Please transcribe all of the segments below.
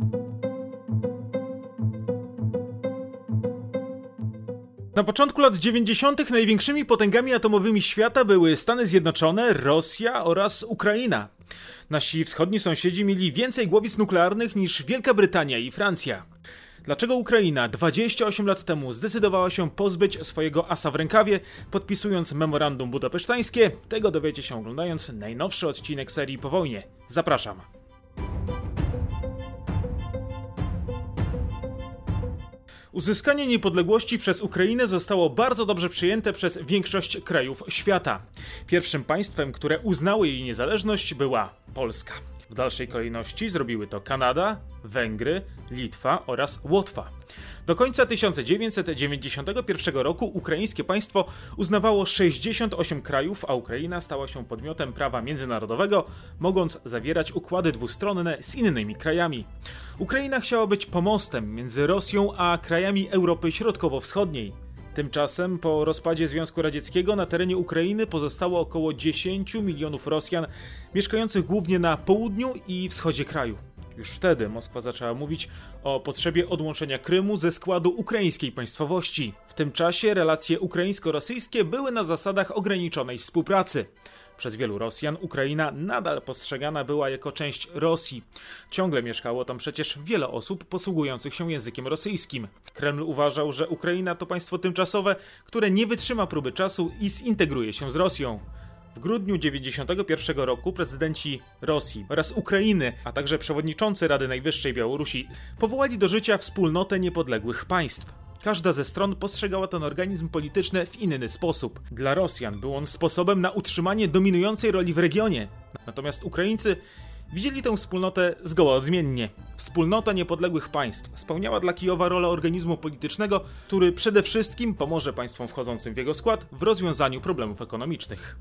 Na początku lat 90. największymi potęgami atomowymi świata były Stany Zjednoczone, Rosja oraz Ukraina. Nasi wschodni sąsiedzi mieli więcej głowic nuklearnych niż Wielka Brytania i Francja. Dlaczego Ukraina 28 lat temu zdecydowała się pozbyć swojego asa w rękawie, podpisując memorandum budapesztańskie? Tego dowiecie się oglądając najnowszy odcinek serii Po wojnie. Zapraszam. Uzyskanie niepodległości przez Ukrainę zostało bardzo dobrze przyjęte przez większość krajów świata. Pierwszym państwem, które uznały jej niezależność, była Polska. W dalszej kolejności zrobiły to Kanada, Węgry, Litwa oraz Łotwa. Do końca 1991 roku ukraińskie państwo uznawało 68 krajów, a Ukraina stała się podmiotem prawa międzynarodowego, mogąc zawierać układy dwustronne z innymi krajami. Ukraina chciała być pomostem między Rosją a krajami Europy Środkowo-Wschodniej. Tymczasem po rozpadzie Związku Radzieckiego na terenie Ukrainy pozostało około 10 milionów Rosjan, mieszkających głównie na południu i wschodzie kraju. Już wtedy Moskwa zaczęła mówić o potrzebie odłączenia Krymu ze składu ukraińskiej państwowości. W tym czasie relacje ukraińsko-rosyjskie były na zasadach ograniczonej współpracy. Przez wielu Rosjan Ukraina nadal postrzegana była jako część Rosji. Ciągle mieszkało tam przecież wiele osób posługujących się językiem rosyjskim. Kreml uważał, że Ukraina to państwo tymczasowe, które nie wytrzyma próby czasu i zintegruje się z Rosją. W grudniu 1991 roku prezydenci Rosji oraz Ukrainy, a także przewodniczący Rady Najwyższej Białorusi powołali do życia Wspólnotę Niepodległych Państw. Każda ze stron postrzegała ten organizm polityczny w inny sposób. Dla Rosjan był on sposobem na utrzymanie dominującej roli w regionie. Natomiast Ukraińcy widzieli tę wspólnotę zgoła odmiennie. Wspólnota Niepodległych Państw spełniała dla Kijowa rolę organizmu politycznego, który przede wszystkim pomoże państwom wchodzącym w jego skład w rozwiązaniu problemów ekonomicznych.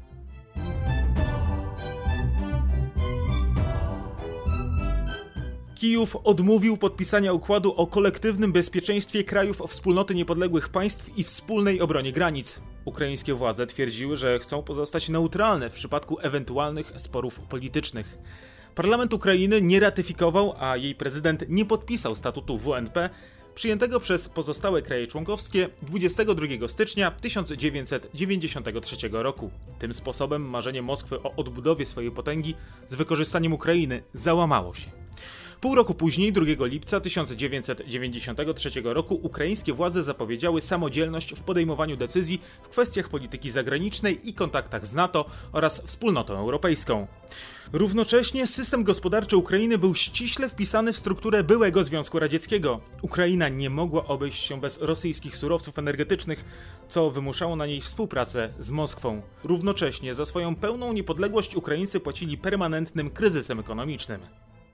Kijów odmówił podpisania układu o kolektywnym bezpieczeństwie krajów Wspólnoty Niepodległych Państw i wspólnej obronie granic. Ukraińskie władze twierdziły, że chcą pozostać neutralne w przypadku ewentualnych sporów politycznych. Parlament Ukrainy nie ratyfikował, a jej prezydent nie podpisał statutu WNP, przyjętego przez pozostałe kraje członkowskie 22 stycznia 1993 roku. Tym sposobem marzenie Moskwy o odbudowie swojej potęgi z wykorzystaniem Ukrainy załamało się. Pół roku później, 2 lipca 1993 roku, ukraińskie władze zapowiedziały samodzielność w podejmowaniu decyzji w kwestiach polityki zagranicznej i kontaktach z NATO oraz Wspólnotą Europejską. Równocześnie system gospodarczy Ukrainy był ściśle wpisany w strukturę byłego Związku Radzieckiego. Ukraina nie mogła obejść się bez rosyjskich surowców energetycznych, co wymuszało na niej współpracę z Moskwą. Równocześnie za swoją pełną niepodległość Ukraińcy płacili permanentnym kryzysem ekonomicznym.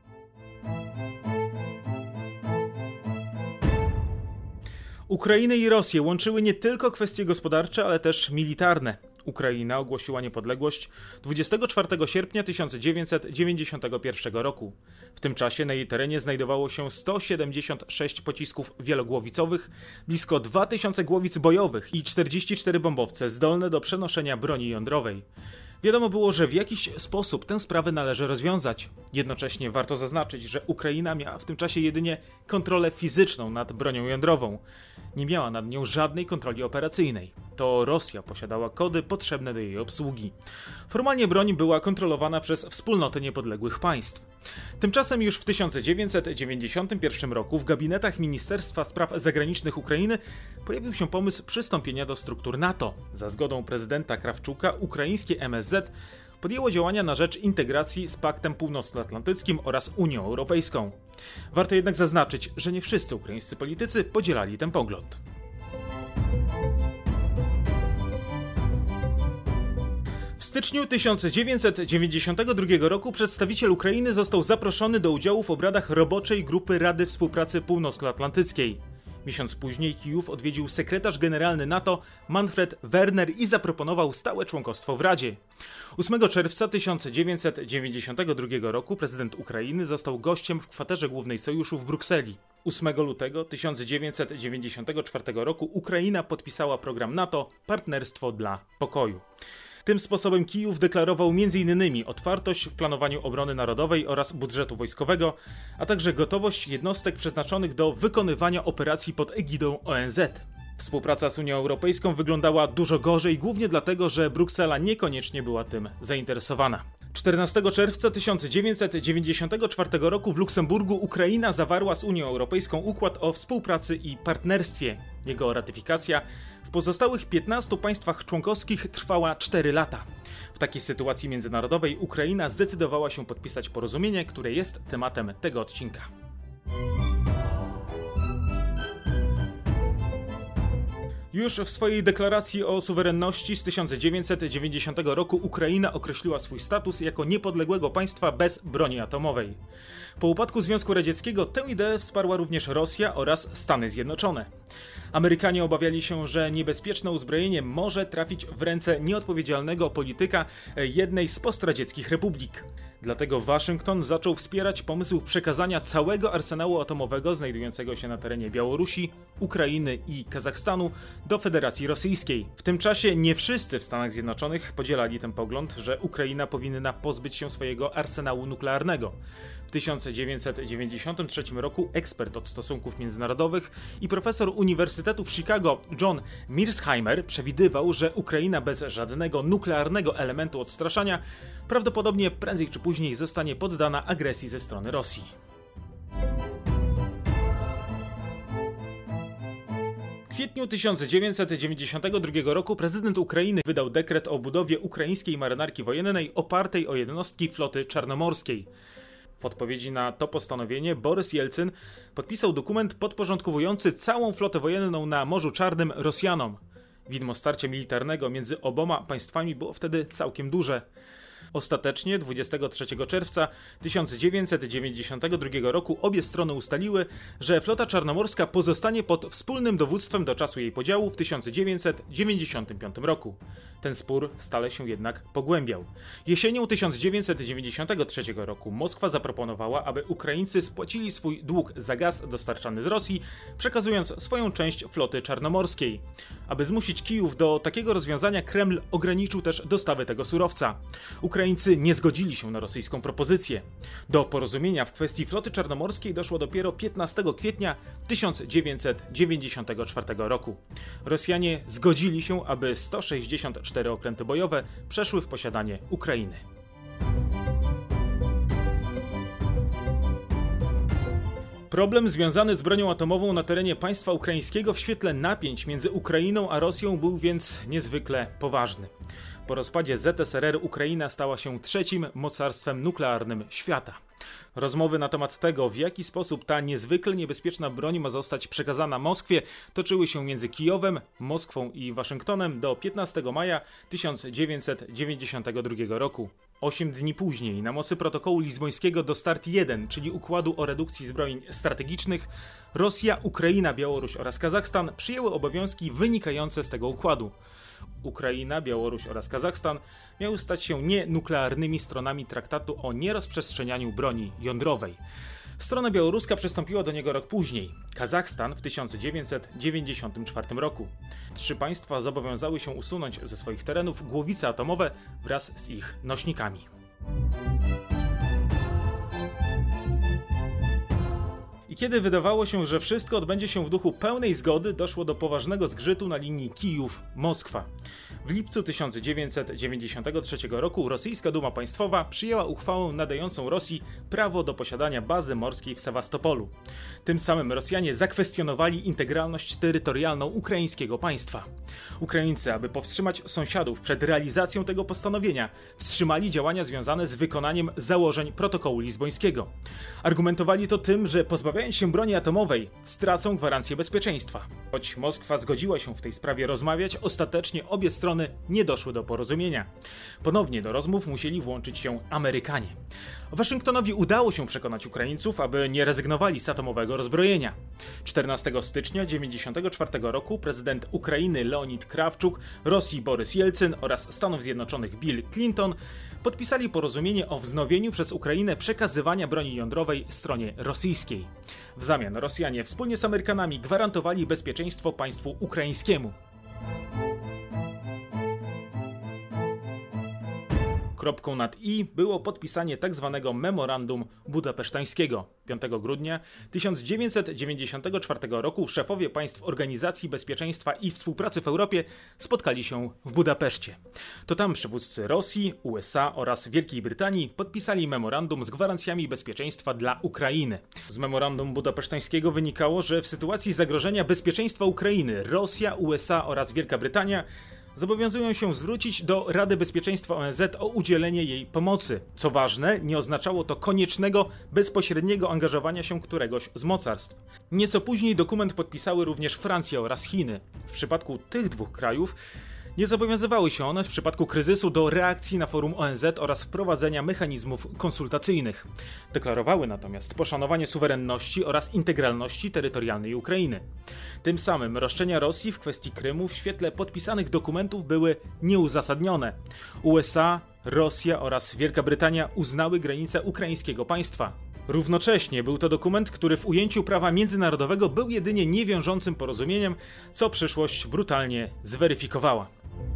Ukrainę i Rosję łączyły nie tylko kwestie gospodarcze, ale też militarne. Ukraina ogłosiła niepodległość 24 sierpnia 1991 roku. W tym czasie na jej terenie znajdowało się 176 pocisków wielogłowicowych, blisko 2000 głowic bojowych i 44 bombowce zdolne do przenoszenia broni jądrowej. Wiadomo było, że w jakiś sposób tę sprawę należy rozwiązać. Jednocześnie warto zaznaczyć, że Ukraina miała w tym czasie jedynie kontrolę fizyczną nad bronią jądrową. Nie miała nad nią żadnej kontroli operacyjnej. To Rosja posiadała kody potrzebne do jej obsługi. Formalnie broń była kontrolowana przez Wspólnotę Niepodległych Państw. Tymczasem już w 1991 roku w gabinetach Ministerstwa Spraw Zagranicznych Ukrainy pojawił się pomysł przystąpienia do struktur NATO. Za zgodą prezydenta Krawczuka ukraińskie MSZ podjęło działania na rzecz integracji z Paktem Północnoatlantyckim oraz Unią Europejską. Warto jednak zaznaczyć, że nie wszyscy ukraińscy politycy podzielali ten pogląd. W styczniu 1992 roku przedstawiciel Ukrainy został zaproszony do udziału w obradach roboczej grupy Rady Współpracy Północnoatlantyckiej. Miesiąc później Kijów odwiedził sekretarz generalny NATO Manfred Werner i zaproponował stałe członkostwo w Radzie. 8 czerwca 1992 roku prezydent Ukrainy został gościem w kwaterze głównej sojuszu w Brukseli. 8 lutego 1994 roku Ukraina podpisała program NATO Partnerstwo dla Pokoju. Tym sposobem Kijów deklarował m.in. otwartość w planowaniu obrony narodowej oraz budżetu wojskowego, a także gotowość jednostek przeznaczonych do wykonywania operacji pod egidą ONZ. Współpraca z Unią Europejską wyglądała dużo gorzej, głównie dlatego, że Bruksela niekoniecznie była tym zainteresowana. 14 czerwca 1994 roku w Luksemburgu Ukraina zawarła z Unią Europejską układ o współpracy i partnerstwie. Jego ratyfikacja w pozostałych 15 państwach członkowskich trwała 4 lata. W takiej sytuacji międzynarodowej Ukraina zdecydowała się podpisać porozumienie, które jest tematem tego odcinka. Już w swojej deklaracji o suwerenności z 1990 roku Ukraina określiła swój status jako niepodległego państwa bez broni atomowej. Po upadku Związku Radzieckiego tę ideę wsparła również Rosja oraz Stany Zjednoczone. Amerykanie obawiali się, że niebezpieczne uzbrojenie może trafić w ręce nieodpowiedzialnego polityka jednej z postradzieckich republik. Dlatego Waszyngton zaczął wspierać pomysł przekazania całego arsenału atomowego znajdującego się na terenie Białorusi, Ukrainy i Kazachstanu do Federacji Rosyjskiej. W tym czasie nie wszyscy w Stanach Zjednoczonych podzielali ten pogląd, że Ukraina powinna pozbyć się swojego arsenału nuklearnego. W 1993 roku ekspert od stosunków międzynarodowych i profesor Uniwersytetu w Chicago John Mearsheimer przewidywał, że Ukraina bez żadnego nuklearnego elementu odstraszania prawdopodobnie prędzej czy później zostanie poddana agresji ze strony Rosji. W kwietniu 1992 roku prezydent Ukrainy wydał dekret o budowie ukraińskiej marynarki wojennej opartej o jednostki floty czarnomorskiej. W odpowiedzi na to postanowienie Borys Jelcyn podpisał dokument podporządkowujący całą flotę wojenną na Morzu Czarnym Rosjanom. Widmo starcia militarnego między oboma państwami było wtedy całkiem duże. Ostatecznie 23 czerwca 1992 roku obie strony ustaliły, że flota czarnomorska pozostanie pod wspólnym dowództwem do czasu jej podziału w 1995 roku. Ten spór stale się jednak pogłębiał. Jesienią 1993 roku Moskwa zaproponowała, aby Ukraińcy spłacili swój dług za gaz dostarczany z Rosji, przekazując swoją część floty czarnomorskiej. Aby zmusić Kijów do takiego rozwiązania, Kreml ograniczył też dostawy tego surowca. Ukraińcy nie zgodzili się na rosyjską propozycję. Do porozumienia w kwestii floty czarnomorskiej doszło dopiero 15 kwietnia 1994 roku. Rosjanie zgodzili się, aby 164 okręty bojowe przeszły w posiadanie Ukrainy. Problem związany z bronią atomową na terenie państwa ukraińskiego w świetle napięć między Ukrainą a Rosją był więc niezwykle poważny. Po rozpadzie ZSRR Ukraina stała się trzecim mocarstwem nuklearnym świata. Rozmowy na temat tego, w jaki sposób ta niezwykle niebezpieczna broń ma zostać przekazana Moskwie, toczyły się między Kijowem, Moskwą i Waszyngtonem do 15 maja 1992 roku. 8 dni później, na mocy protokołu lizbońskiego do Start 1, czyli układu o redukcji zbrojeń strategicznych, Rosja, Ukraina, Białoruś oraz Kazachstan przyjęły obowiązki wynikające z tego układu. Ukraina, Białoruś oraz Kazachstan miały stać się nienuklearnymi stronami traktatu o nierozprzestrzenianiu broni jądrowej. Strona białoruska przystąpiła do niego rok później, Kazachstan w 1994 roku. 3 państwa zobowiązały się usunąć ze swoich terenów głowice atomowe wraz z ich nośnikami. I kiedy wydawało się, że wszystko odbędzie się w duchu pełnej zgody, doszło do poważnego zgrzytu na linii Kijów-Moskwa. W lipcu 1993 roku rosyjska Duma Państwowa przyjęła uchwałę nadającą Rosji prawo do posiadania bazy morskiej w Sewastopolu. Tym samym Rosjanie zakwestionowali integralność terytorialną ukraińskiego państwa. Ukraińcy, aby powstrzymać sąsiadów przed realizacją tego postanowienia, wstrzymali działania związane z wykonaniem założeń protokołu lizbońskiego. Argumentowali to tym, że pozbawiając się broni atomowej, stracą gwarancję bezpieczeństwa. Choć Moskwa zgodziła się w tej sprawie rozmawiać, ostatecznie obie strony nie doszły do porozumienia. Ponownie do rozmów musieli włączyć się Amerykanie. Waszyngtonowi udało się przekonać Ukraińców, aby nie rezygnowali z atomowego rozbrojenia. 14 stycznia 1994 roku prezydent Ukrainy Leonid Krawczuk, Rosji Borys Jelcyn oraz Stanów Zjednoczonych Bill Clinton podpisali porozumienie o wznowieniu przez Ukrainę przekazywania broni jądrowej stronie rosyjskiej. W zamian Rosjanie wspólnie z Amerykanami gwarantowali bezpieczeństwo państwu ukraińskiemu. kropką nad i było podpisanie tzw. Memorandum Budapesztańskiego. 5 grudnia 1994 roku szefowie państw Organizacji Bezpieczeństwa i Współpracy w Europie spotkali się w Budapeszcie. To tam przywódcy Rosji, USA oraz Wielkiej Brytanii podpisali memorandum z gwarancjami bezpieczeństwa dla Ukrainy. Z memorandum budapesztańskiego wynikało, że w sytuacji zagrożenia bezpieczeństwa Ukrainy Rosja, USA oraz Wielka Brytania zobowiązują się zwrócić do Rady Bezpieczeństwa ONZ o udzielenie jej pomocy. Co ważne, nie oznaczało to koniecznego, bezpośredniego angażowania się któregoś z mocarstw. Nieco później dokument podpisały również Francja oraz Chiny. W przypadku tych dwóch krajów nie zobowiązywały się one w przypadku kryzysu do reakcji na forum ONZ oraz wprowadzenia mechanizmów konsultacyjnych. Deklarowały natomiast poszanowanie suwerenności oraz integralności terytorialnej Ukrainy. Tym samym roszczenia Rosji w kwestii Krymu w świetle podpisanych dokumentów były nieuzasadnione. USA, Rosja oraz Wielka Brytania uznały granice ukraińskiego państwa. Równocześnie był to dokument, który w ujęciu prawa międzynarodowego był jedynie niewiążącym porozumieniem, co przyszłość brutalnie zweryfikowała.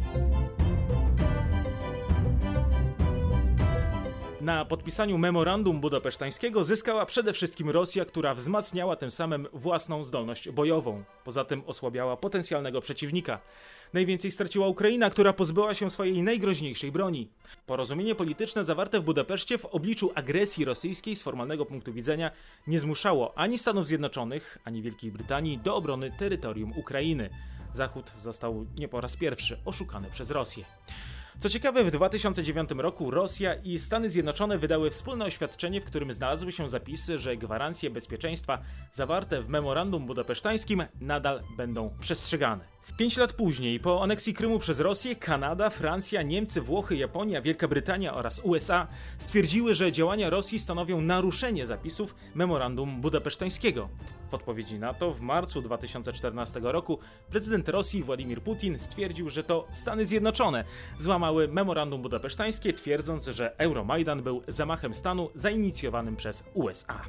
Na podpisaniu memorandum budapesztańskiego zyskała przede wszystkim Rosja, która wzmacniała tym samym własną zdolność bojową. Poza tym osłabiała potencjalnego przeciwnika. Najwięcej straciła Ukraina, która pozbyła się swojej najgroźniejszej broni. Porozumienie polityczne zawarte w Budapeszcie w obliczu agresji rosyjskiej z formalnego punktu widzenia nie zmuszało ani Stanów Zjednoczonych, ani Wielkiej Brytanii do obrony terytorium Ukrainy. Zachód został nie po raz pierwszy oszukany przez Rosję. Co ciekawe, w 2009 roku Rosja i Stany Zjednoczone wydały wspólne oświadczenie, w którym znalazły się zapisy, że gwarancje bezpieczeństwa zawarte w memorandum budapesztańskim nadal będą przestrzegane. 5 lat później, po aneksji Krymu przez Rosję, Kanada, Francja, Niemcy, Włochy, Japonia, Wielka Brytania oraz USA stwierdziły, że działania Rosji stanowią naruszenie zapisów memorandum budapesztańskiego. W odpowiedzi na to w marcu 2014 roku prezydent Rosji Władimir Putin stwierdził, że to Stany Zjednoczone złamały memorandum budapesztańskie, twierdząc, że Euromajdan był zamachem stanu zainicjowanym przez USA.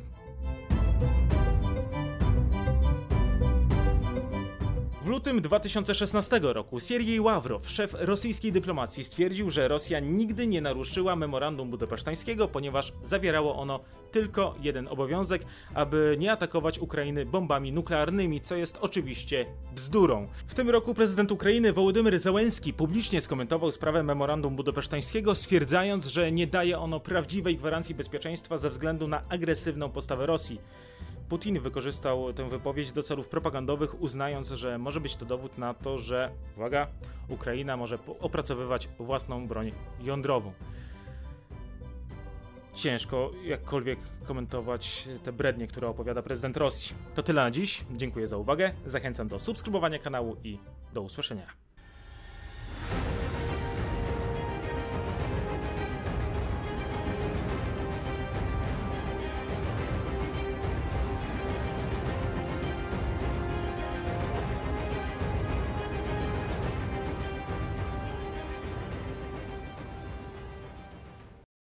W lutym 2016 roku Siergiej Ławrow, szef rosyjskiej dyplomacji, stwierdził, że Rosja nigdy nie naruszyła memorandum budapesztańskiego, ponieważ zawierało ono tylko jeden obowiązek, aby nie atakować Ukrainy bombami nuklearnymi, co jest oczywiście bzdurą. W tym roku prezydent Ukrainy Wołodymyr Zełenski publicznie skomentował sprawę memorandum budapesztańskiego, stwierdzając, że nie daje ono prawdziwej gwarancji bezpieczeństwa ze względu na agresywną postawę Rosji. Putin wykorzystał tę wypowiedź do celów propagandowych, uznając, że może być to dowód na to, że, uwaga, Ukraina może opracowywać własną broń jądrową. Ciężko jakkolwiek komentować te brednie, które opowiada prezydent Rosji. To tyle na dziś. Dziękuję za uwagę. Zachęcam do subskrybowania kanału i do usłyszenia.